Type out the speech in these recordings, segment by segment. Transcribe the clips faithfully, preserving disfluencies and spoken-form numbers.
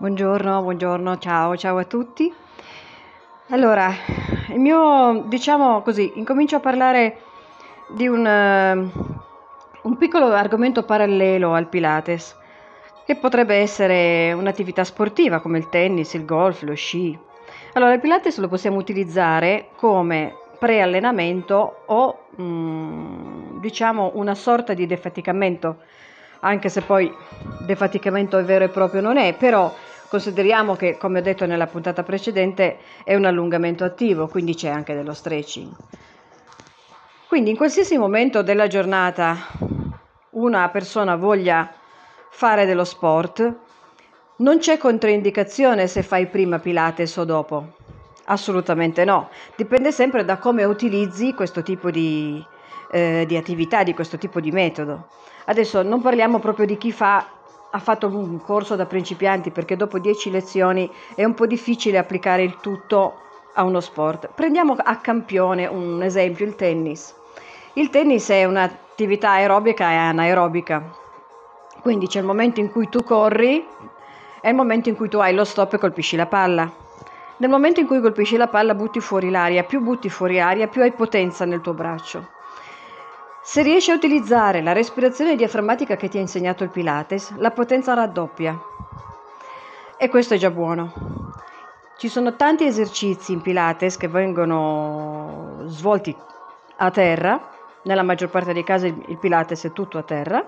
Buongiorno, buongiorno, ciao, ciao a tutti. Allora, il mio, diciamo così, incomincio a parlare di un, eh, un piccolo argomento parallelo al Pilates, che potrebbe essere un'attività sportiva come il tennis, il golf, lo sci. Allora, il Pilates lo possiamo utilizzare come preallenamento o mm, diciamo una sorta di defaticamento, anche se poi defaticamento è vero e proprio non è, però consideriamo che, come ho detto nella puntata precedente, è un allungamento attivo, quindi c'è anche dello stretching. Quindi in qualsiasi momento della giornata una persona voglia fare dello sport, non c'è controindicazione se fai prima Pilates o dopo. Assolutamente no. Dipende sempre da come utilizzi questo tipo di, eh, di attività, di questo tipo di metodo. Adesso non parliamo proprio di chi fa, ha fatto un corso da principianti, perché dopo dieci lezioni è un po' difficile applicare il tutto a uno sport. Prendiamo a campione un esempio, il tennis. Il tennis è un'attività aerobica e anaerobica, quindi c'è il momento in cui tu corri e il momento in cui tu hai lo stop e colpisci la palla. Nel momento in cui colpisci la palla butti fuori l'aria, più butti fuori aria, più hai potenza nel tuo braccio. Se riesci a utilizzare la respirazione diaframmatica che ti ha insegnato il Pilates, la potenza raddoppia. E questo è già buono. Ci sono tanti esercizi in Pilates che vengono svolti a terra, nella maggior parte dei casi il Pilates è tutto a terra.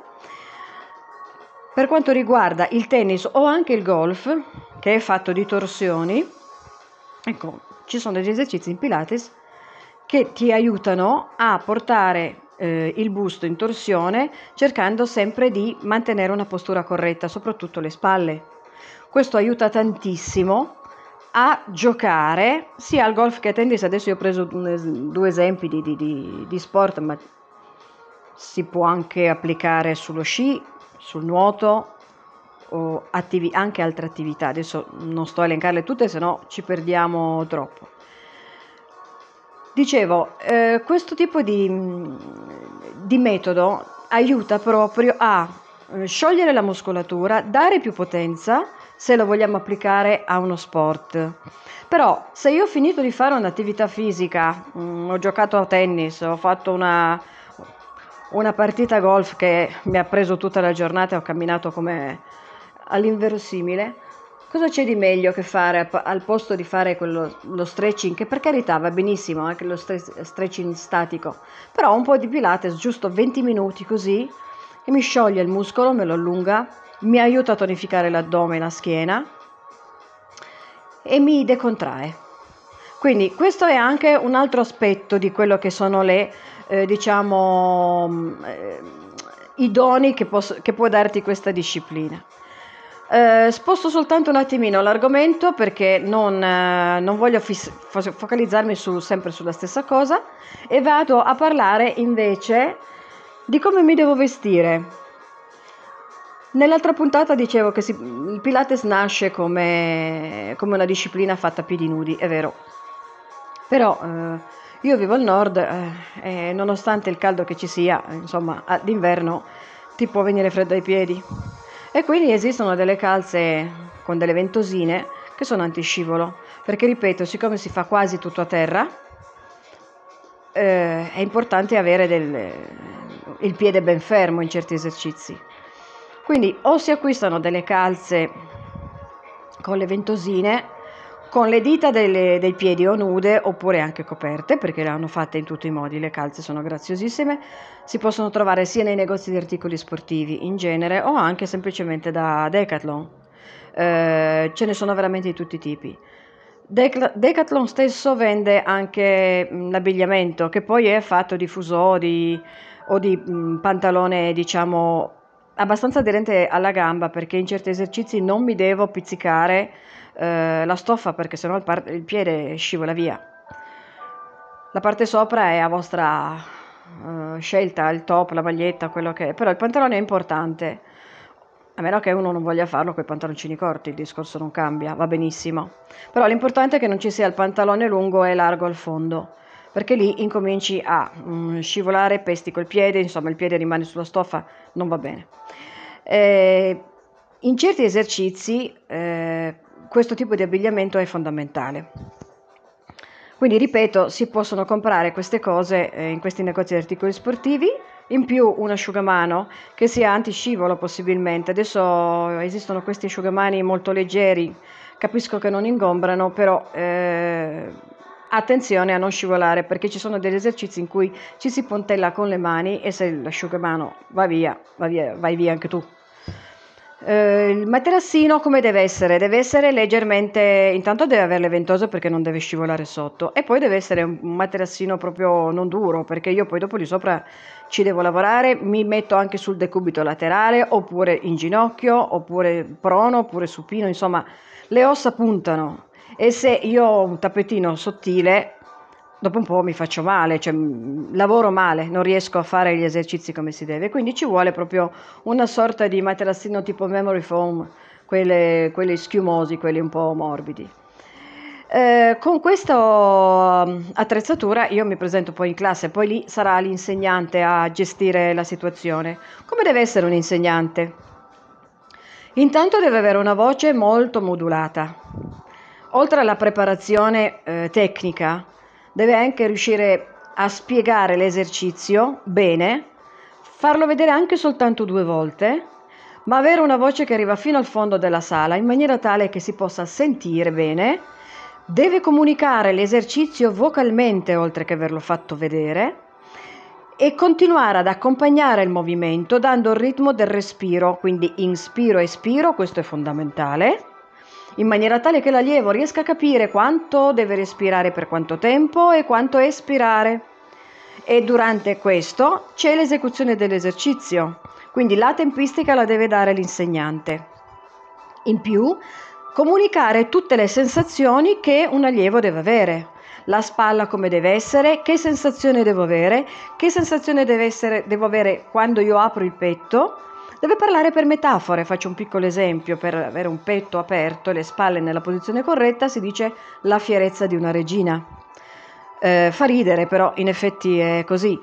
Per quanto riguarda il tennis o anche il golf, che è fatto di torsioni, ecco, ci sono degli esercizi in Pilates che ti aiutano a portare eh, il busto in torsione, cercando sempre di mantenere una postura corretta, soprattutto le spalle. Questo aiuta tantissimo a giocare sia al golf che al tennis. Adesso io ho preso due esempi di, di, di, di sport, ma si può anche applicare sullo sci, sul nuoto o attivi, anche altre attività. Adesso non sto a elencarle tutte, se no ci perdiamo troppo. Dicevo, eh, questo tipo di, di metodo aiuta proprio a eh, sciogliere la muscolatura, dare più potenza se lo vogliamo applicare a uno sport. Però se io ho finito di fare un'attività fisica, mh, ho giocato a tennis, ho fatto una, una partita a golf che mi ha preso tutta la giornata e ho camminato come all'inverosimile, cosa c'è di meglio che fare al posto di fare quello, lo stretching, che per carità va benissimo anche lo stre- stretching statico, però un po' di Pilates, giusto venti minuti così, che mi scioglie il muscolo, me lo allunga, mi aiuta a tonificare l'addome e la schiena e mi decontrae. Quindi questo è anche un altro aspetto di quello che sono le, eh, diciamo, eh, i doni che, posso, che può darti questa disciplina. Eh, sposto soltanto un attimino l'argomento perché non, eh, non voglio fis- focalizzarmi su, sempre sulla stessa cosa, e vado a parlare invece di come mi devo vestire. Nell'altra puntata dicevo che si, il Pilates nasce come, come una disciplina fatta a piedi nudi, è vero. Però eh, io vivo al nord eh, e nonostante il caldo che ci sia, insomma, d'inverno ti può venire freddo ai piedi. E quindi esistono delle calze con delle ventosine che sono antiscivolo, perché ripeto, siccome si fa quasi tutto a terra, eh, è importante avere del, il piede ben fermo in certi esercizi. Quindi o si acquistano delle calze con le ventosine, con le dita delle, dei piedi o nude oppure anche coperte, perché le hanno fatte in tutti i modi, le calze sono graziosissime, si possono trovare sia nei negozi di articoli sportivi in genere o anche semplicemente da Decathlon. Eh, ce ne sono veramente di tutti i tipi. Decathlon stesso vende anche mh, l'abbigliamento, che poi è fatto di fusori o di mh, pantalone, diciamo, abbastanza aderente alla gamba, perché in certi esercizi non mi devo pizzicare eh, la stoffa, perché sennò il, par- il piede scivola via. La parte sopra è a vostra eh, scelta, il top, la maglietta, quello che è, però il pantalone è importante. A meno che uno non voglia farlo con i pantaloncini corti, il discorso non cambia, va benissimo. Però l'importante è che non ci sia il pantalone lungo e largo al fondo, perché lì incominci a mm, scivolare, pesti col piede, insomma il piede rimane sulla stoffa, non va bene. Eh, In certi esercizi eh, questo tipo di abbigliamento è fondamentale. Quindi ripeto, si possono comprare queste cose eh, in questi negozi di articoli sportivi, in più un asciugamano che sia antiscivolo possibilmente. Adesso esistono questi asciugamani molto leggeri, capisco che non ingombrano, però eh, attenzione a non scivolare, perché ci sono degli esercizi in cui ci si puntella con le mani e se l'asciugamano va via, va via, vai via anche tu. Eh, il materassino come deve essere? Deve essere leggermente, intanto deve avere le ventose perché non deve scivolare sotto, e poi deve essere un un materassino proprio non duro, perché io poi dopo lì sopra ci devo lavorare, mi metto anche sul decubito laterale, oppure in ginocchio, oppure prono, oppure supino, insomma le ossa puntano, e se io ho un tappetino sottile, dopo un po' mi faccio male, cioè mh, lavoro male, non riesco a fare gli esercizi come si deve, quindi ci vuole proprio una sorta di materassino tipo memory foam, quelle, quelli schiumosi, quelli un po' morbidi. Eh, con questa um, attrezzatura io mi presento poi in classe, poi lì sarà l'insegnante a gestire la situazione. Come deve essere un insegnante? Intanto deve avere una voce molto modulata. Oltre alla preparazione eh, tecnica, deve anche riuscire a spiegare l'esercizio bene, farlo vedere anche soltanto due volte, ma avere una voce che arriva fino al fondo della sala in maniera tale che si possa sentire bene. Deve comunicare l'esercizio vocalmente oltre che averlo fatto vedere e continuare ad accompagnare il movimento dando il ritmo del respiro, quindi inspiro, espiro, questo è fondamentale, in maniera tale che l'allievo riesca a capire quanto deve respirare per quanto tempo e quanto espirare. E durante questo c'è l'esecuzione dell'esercizio, quindi la tempistica la deve dare l'insegnante. In più, comunicare tutte le sensazioni che un allievo deve avere. La spalla come deve essere, che sensazione devo avere, che sensazione deve essere, devo avere quando io apro il petto. Deve parlare per metafore, faccio un piccolo esempio: per avere un petto aperto e le spalle nella posizione corretta si dice la fierezza di una regina. Eh, fa ridere, però in effetti è così.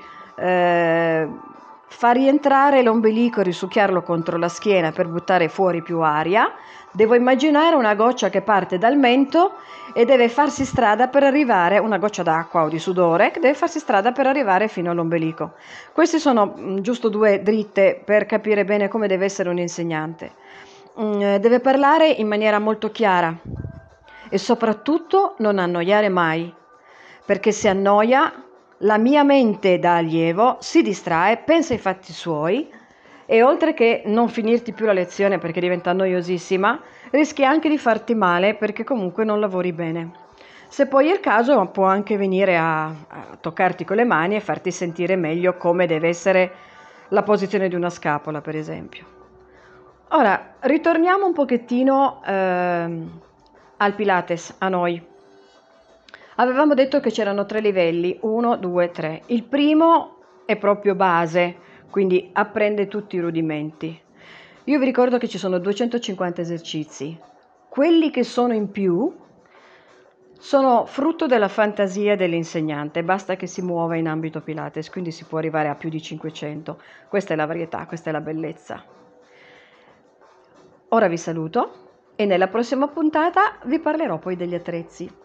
Eh, fa rientrare l'ombelico e risucchiarlo contro la schiena per buttare fuori più aria. Devo immaginare una goccia che parte dal mento e deve farsi strada per arrivare, una goccia d'acqua o di sudore, che deve farsi strada per arrivare fino all'ombelico. Queste sono mh, giusto due dritte per capire bene come deve essere un insegnante. Mm, deve parlare in maniera molto chiara e soprattutto non annoiare mai, perché se annoia la mia mente da allievo si distrae, pensa ai fatti suoi e oltre che non finirti più la lezione perché diventa noiosissima, rischi anche di farti male perché comunque non lavori bene. Se poi è il caso può anche venire a, a toccarti con le mani e farti sentire meglio come deve essere la posizione di una scapola, per esempio. Ora, ritorniamo un pochettino ehm, al Pilates, a noi. Avevamo detto che c'erano tre livelli, uno, due, tre. Il primo è proprio base, quindi apprende tutti i rudimenti. Io vi ricordo che ci sono duecentocinquanta esercizi. Quelli che sono in più sono frutto della fantasia dell'insegnante, basta che si muova in ambito Pilates, quindi si può arrivare a più di cinquecento. Questa è la varietà, questa è la bellezza. Ora vi saluto e nella prossima puntata vi parlerò poi degli attrezzi.